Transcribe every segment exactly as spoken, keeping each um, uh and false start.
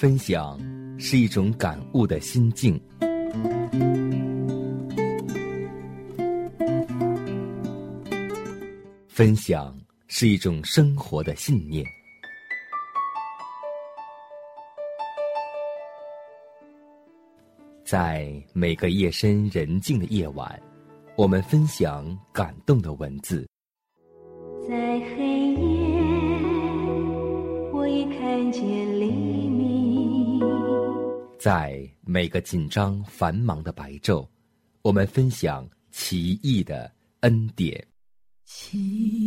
分享是一种感悟的心境，分享是一种生活的信念。在每个夜深人静的夜晚，我们分享感动的文字。 在黑夜，我已看见黎明。 在每个紧张繁忙的白昼，我们分享奇异的恩典。 奇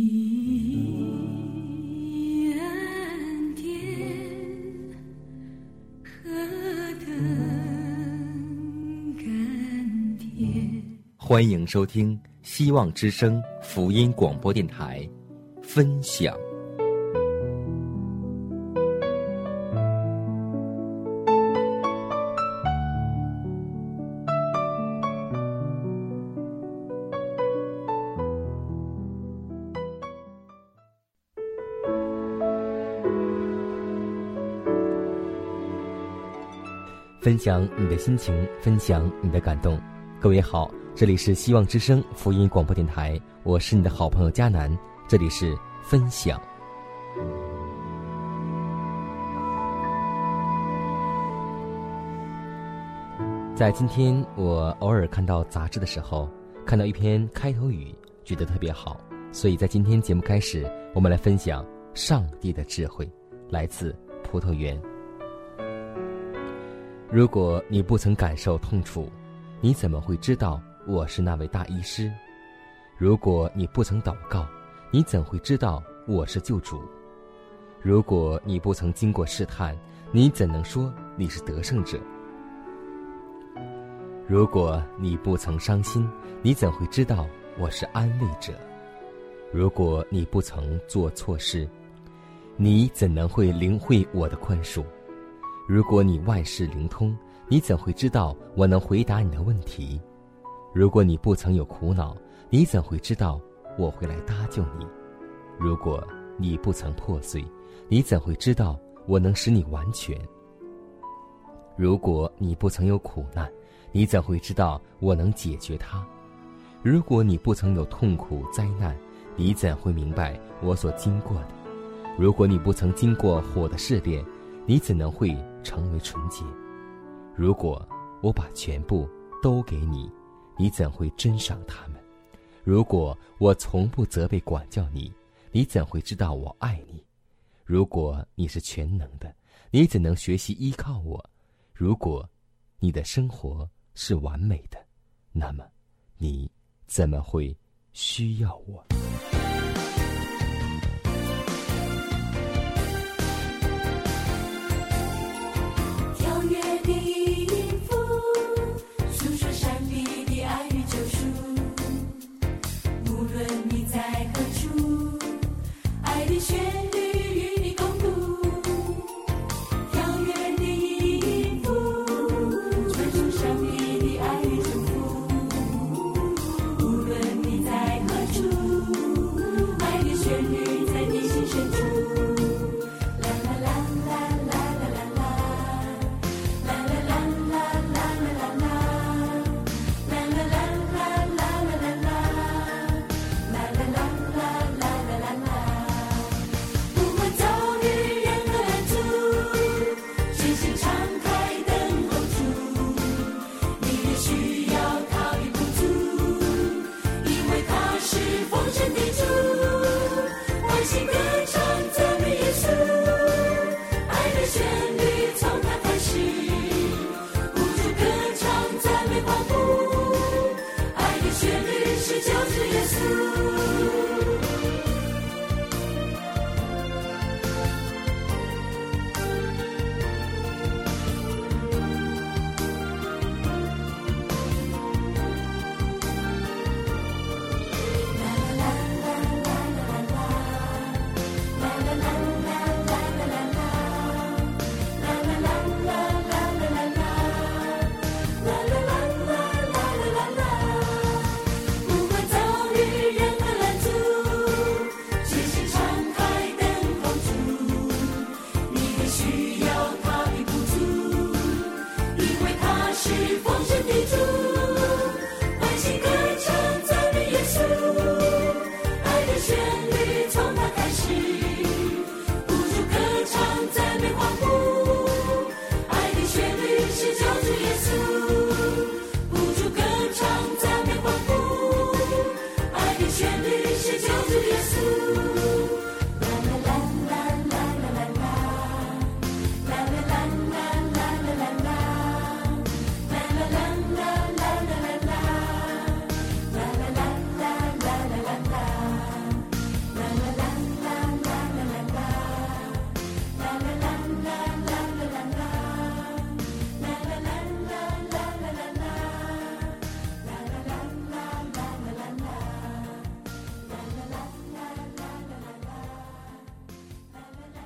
异恩典，何等甘甜。 欢迎收听希望之声福音广播电台分享。 分享你的心情，分享你的感动。各位好，这里是希望之声福音广播电台，我是你的好朋友佳南，这里是分享。在今天我偶尔看到杂志的时候，看到一篇开头语，觉得特别好，所以在今天节目开始，我们来分享上帝的智慧，来自葡萄园。如果你不曾感受痛楚，你怎么会知道我是那位大医师？如果你不曾祷告，你怎会知道我是救主？如果你不曾经过试探，你怎能说你是得胜者？如果你不曾伤心，你怎会知道我是安慰者？如果你不曾做错事，你怎能会领会我的宽恕？如果你万事灵通，你怎会知道我能回答你的问题？如果你不曾有苦恼，你怎会知道我会来搭救你？如果你不曾破碎，你怎会知道我能使你完全？如果你不曾有苦难，你怎会知道我能解决它？如果你不曾有痛苦灾难，你怎会明白我所经过的？如果你不曾经过火的试炼，你怎能会成为纯洁？如果我把全部都给你，你怎会珍赏他们？如果我从不责备管教你，你怎会知道我爱你？如果你是全能的，你怎能学习依靠我？如果你的生活是完美的，那么你怎么会需要我？ 无论你在何处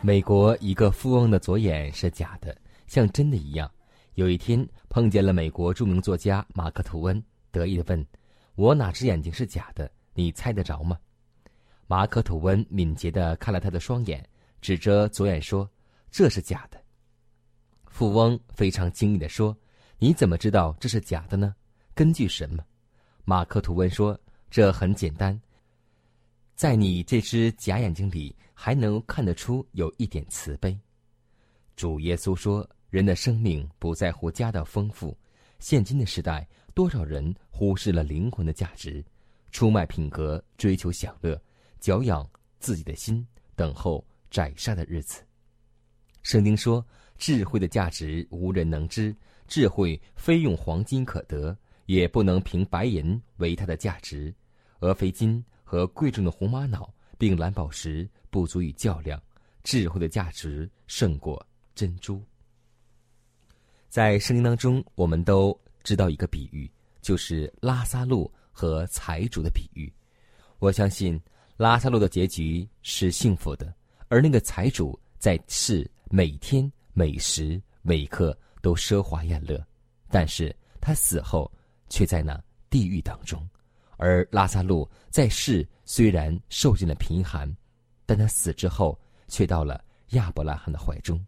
美国一个富翁的左眼是假的，像真的一样。有一天碰见了美国著名作家马克·吐温，得意地问：我哪只眼睛是假的？你猜得着吗？马可·吐温敏捷地看了他的双眼，指着左眼说：这是假的。富翁非常惊异地说：你怎么知道这是假的呢？根据什么？马克·吐温说：这很简单，在你这只假眼睛里还能看得出有一点慈悲。主耶稣说，人的生命不在乎家的丰富，现今的时代多少人忽视了灵魂的价值，出卖品格，追求享乐，矫养自己的心，等候宰杀的日子。圣经说，智慧的价值无人能知，智慧非用黄金可得，也不能凭白银为它的价值。俄斐金和贵重的红玛瑙并蓝宝石不足以较量，智慧的价值胜过珍珠。在圣经当中，我们都知道一个比喻，就是拉撒路和财主的比喻。我相信拉撒路的结局是幸福的，而那个财主在世每天每时每刻都奢华宴乐，但是他死后却在那地狱当中。而拉撒路在世虽然受尽了贫寒，但他死之后却到了亚伯拉罕的怀中。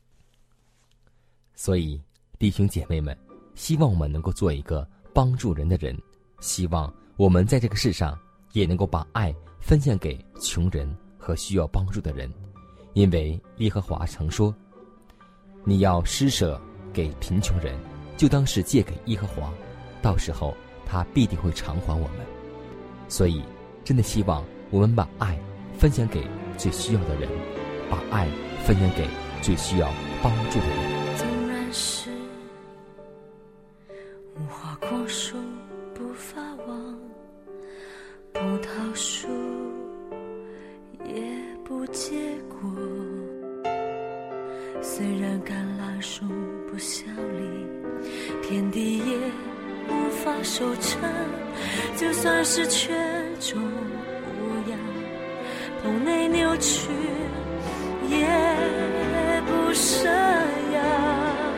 所以弟兄姐妹们，希望我们能够做一个帮助人的人，希望我们在这个世上也能够把爱分享给穷人和需要帮助的人。因为耶和华曾说，你要施舍给贫穷人，就当是借给耶和华，到时候他必定会偿还我们。所以真的希望我们把爱分享给最需要的人，把爱分享给最需要帮助的人。 纵然是无花果树不发旺，葡萄树也不结果，虽然橄榄树不效力，天地也无法收成，就算是犬种无恙，棚内扭曲也不生养。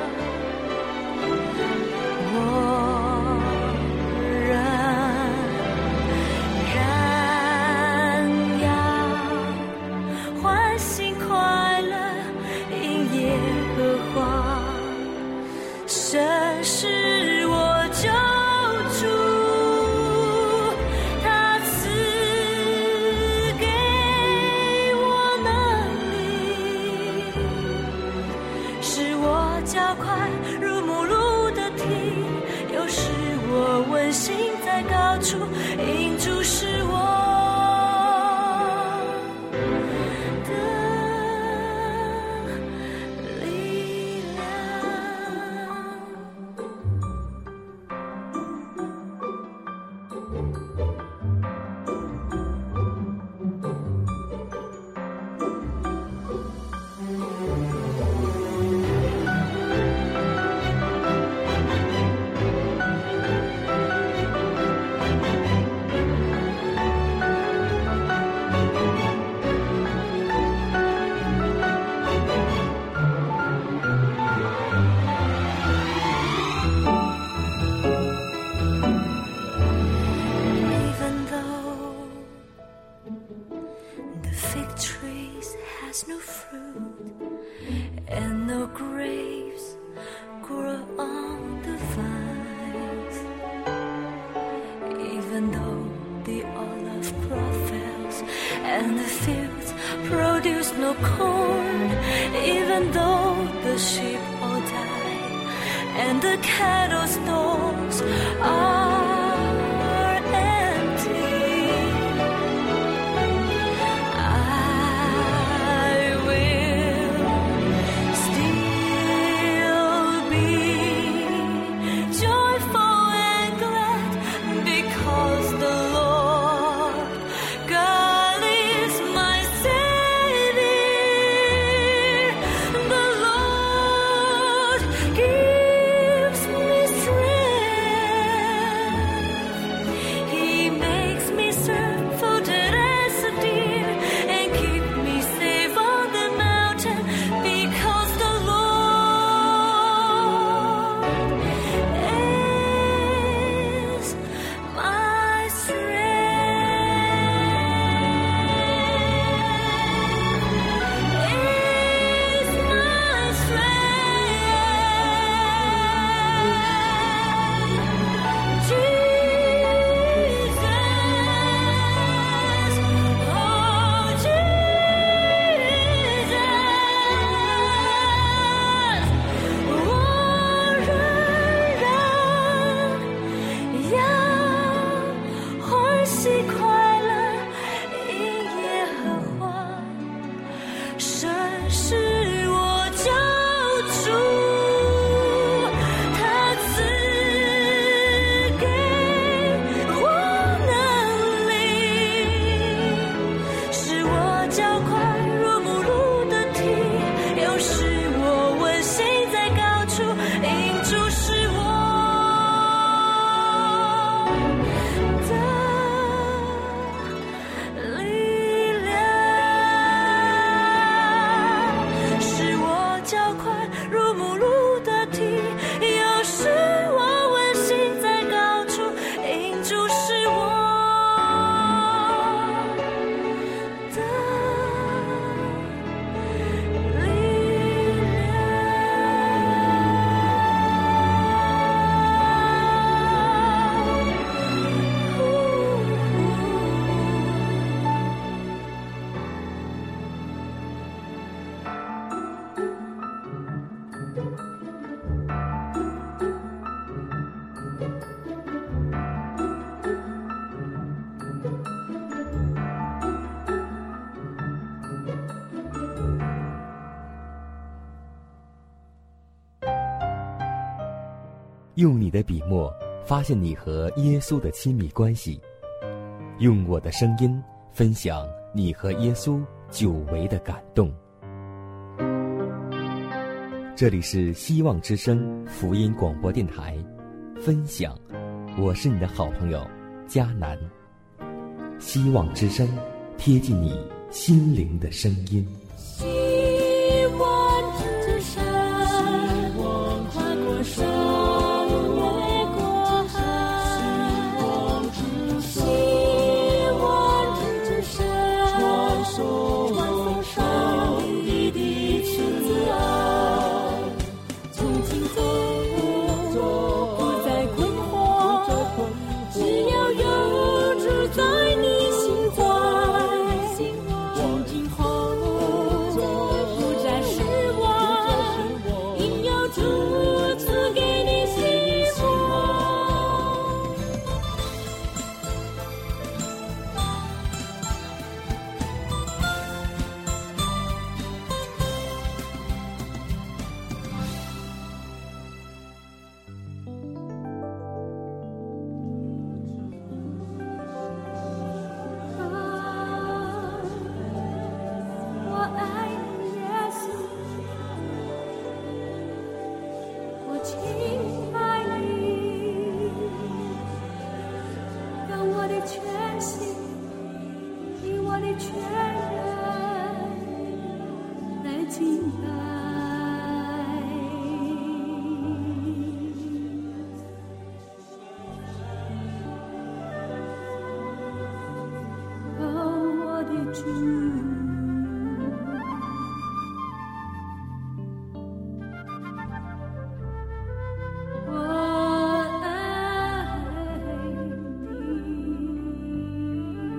神是我救主，他赐给我能力，使我较快如母鹿的蹄，又使我温馨在高处，因主是我and the fields produce no corn, even though the sheep all die, and the cattle stalls are empty. I will still be joyful and glad, because the Lord God is my Savior. The Lord gives me strength. 用你的笔墨发现你和耶稣的亲密关系，用我的声音分享你和耶稣久违的感动。这里是希望之声福音广播电台，分享，我是你的好朋友佳南。希望之声，贴近你心灵的声音。 希望之声，跨过山，越过海。希望之声，传送上帝的慈爱。从今走，不再困惑，只要有主在你。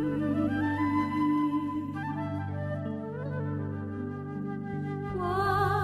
我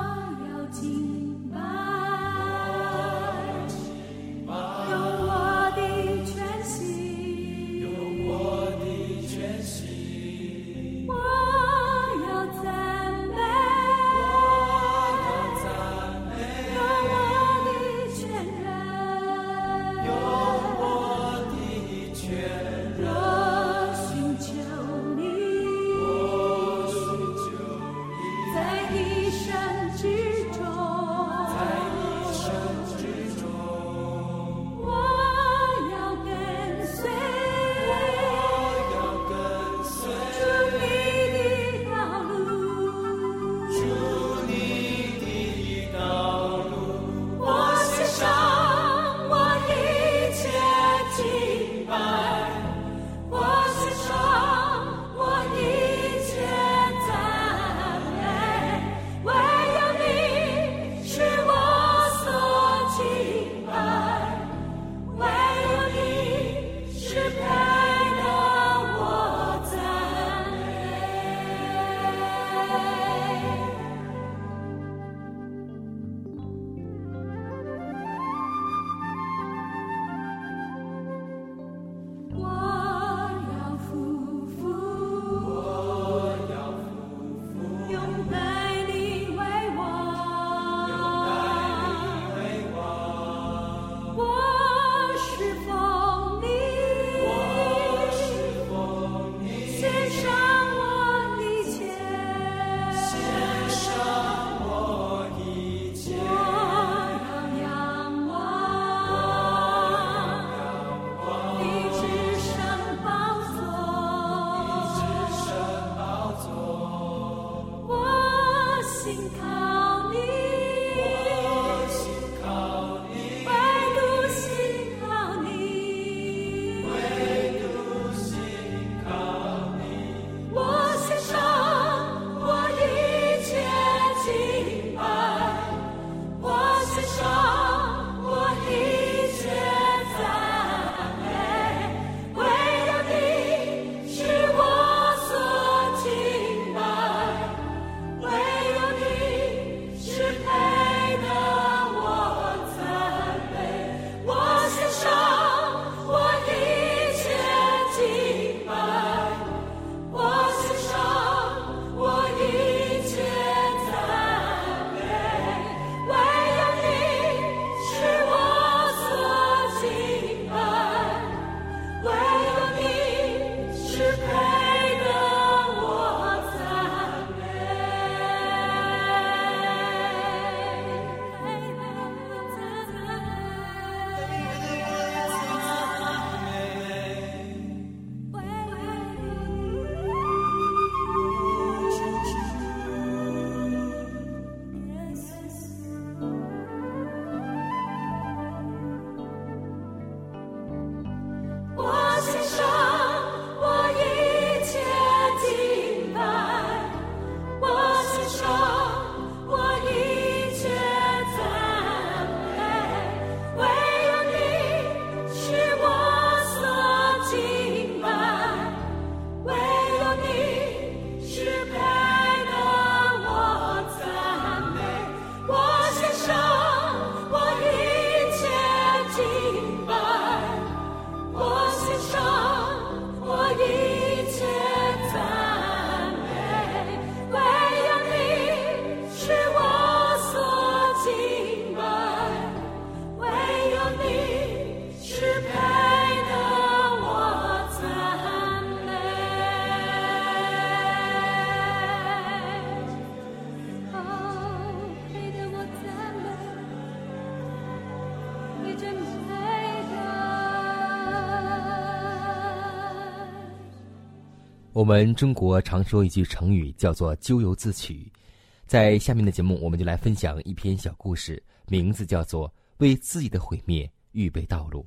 我们中国常说一句成语叫做咎由自取，在下面的节目我们就来分享一篇小故事，名字叫做为自己的毁灭预备道路。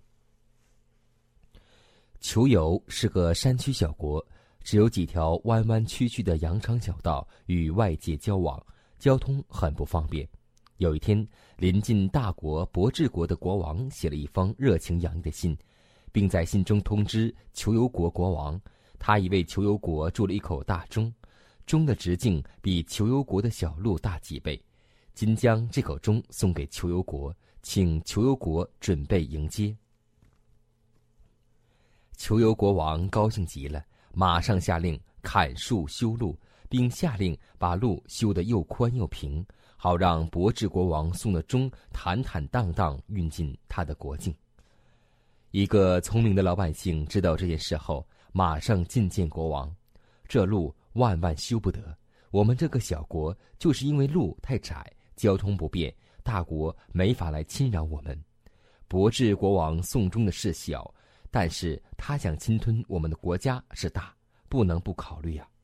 虬尤是个山区小国，只有几条弯弯曲曲的羊肠小道与外界交往，交通很不方便。有一天，临近大国博治国的国王写了一封热情洋溢的信，并在信中通知虬尤国国王，他已为虬尤国筑了一口大钟，钟的直径比虬尤国的小路大几倍，今将这口钟送给虬尤国，请虬尤国准备迎接。虬尤国王高兴极了，马上下令砍树修路，并下令把路修得又宽又平，好让博治国王送的钟坦坦荡荡运进他的国境。一个聪明的老百姓知道这件事后，马上进谏国王，这路万万修不得，我们这个小国就是因为路太窄，交通不便，大国没法来侵扰我们。博治国王送钟的事小，但是他想侵吞我们的国家是大，不能不考虑啊。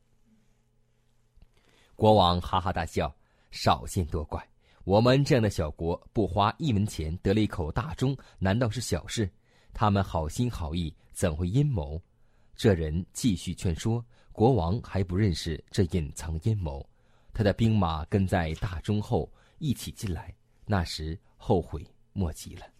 国王哈哈大笑，少见多怪，我们这样的小国不花一文钱得了一口大钟，难道是小事？他们好心好意，怎会阴谋？这人继续劝说，国王还不认识这隐藏的阴谋，他的兵马跟在大钟后一起进来，那时后悔莫及了。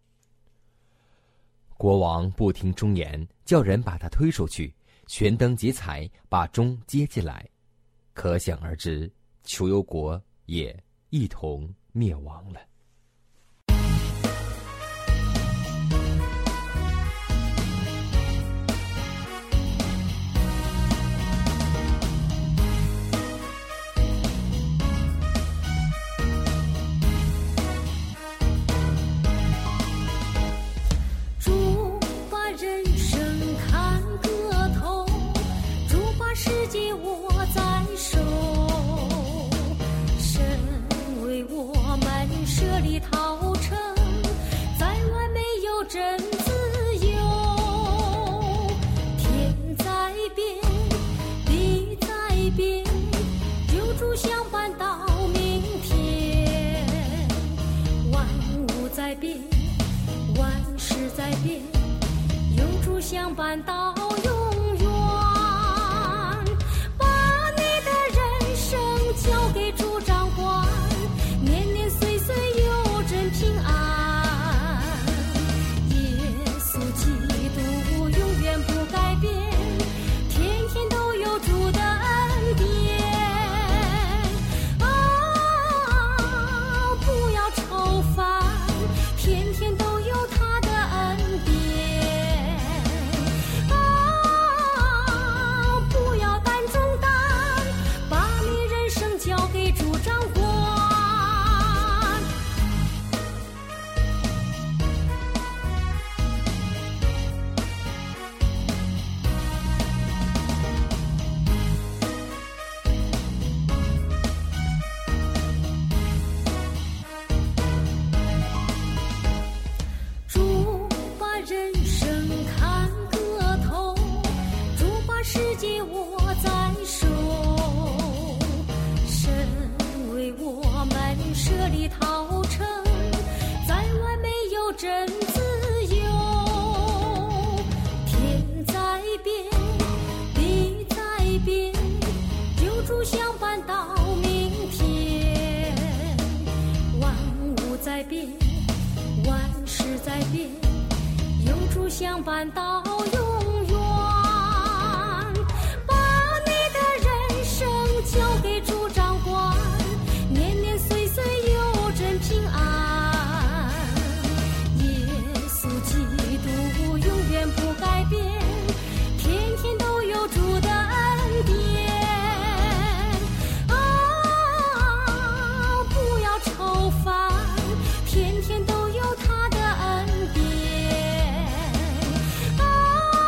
国王不听忠言，叫人把他推出去，悬灯结彩，把钟接进来。可想而知，虬尤国也一同灭亡了。 相伴到永远，把你的人生交给主掌管，年年岁岁有真平安。耶稣基督永远不改变，天天都有主的恩典。啊，不要愁烦，天天都有他的恩典。相伴到永远，把你的人生交给主掌管，年年岁岁有真平安。耶稣基督永远不改变，天天都有主的恩典。啊，不要愁烦，天天都有他的恩典。啊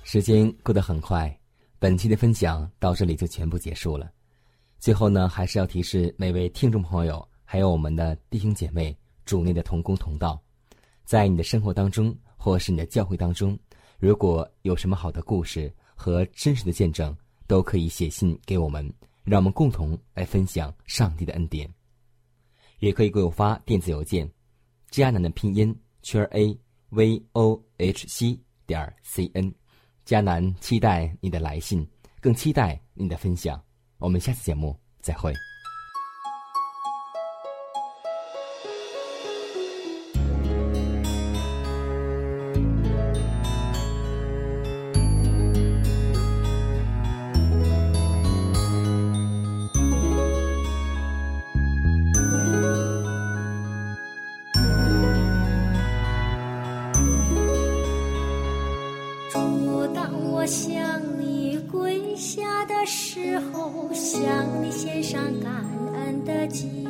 时间过得很快，本期的分享到这里就全部结束了。最后呢，还是要提示每位听众朋友，还有我们的弟兄姐妹，主内的同工同道，在你的生活当中，或是你的教会当中，如果有什么好的故事和真实的见证，都可以写信给我们，让我们共同来分享上帝的恩典。也可以给我发电子邮件，迦南的拼音圈 a v o h c 点 c n。迦南期待你的来信，更期待你的分享。我们下次节目再会。 向你献上感恩的祭，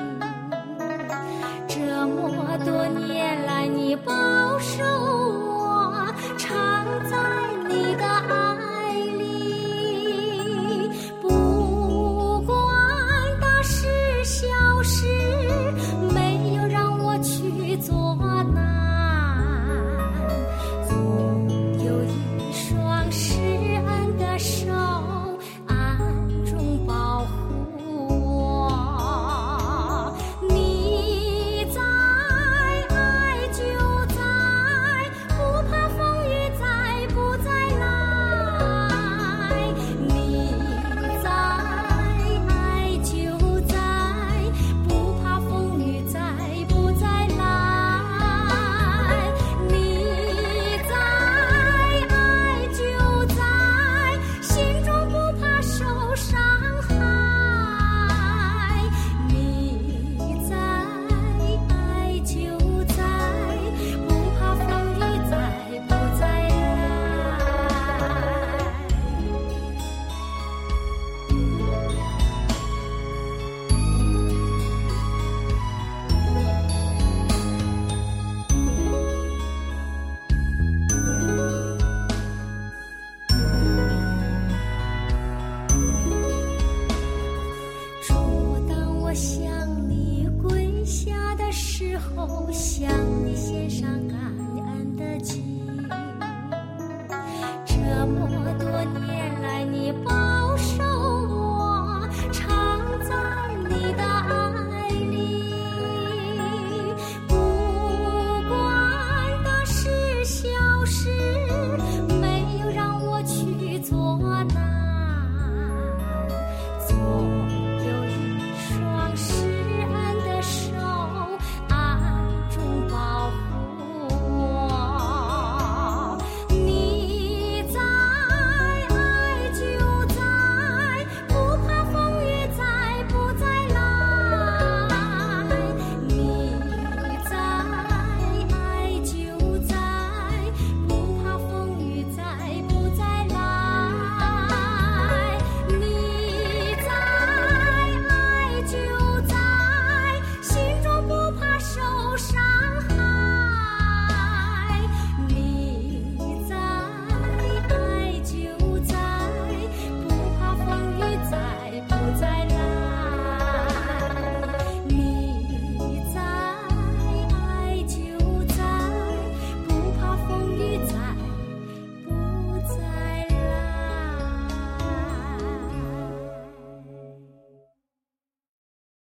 这么多年来你保守我，常在你的爱里，不管大事小事，没有让我去做难，总有一双施恩的手向你献上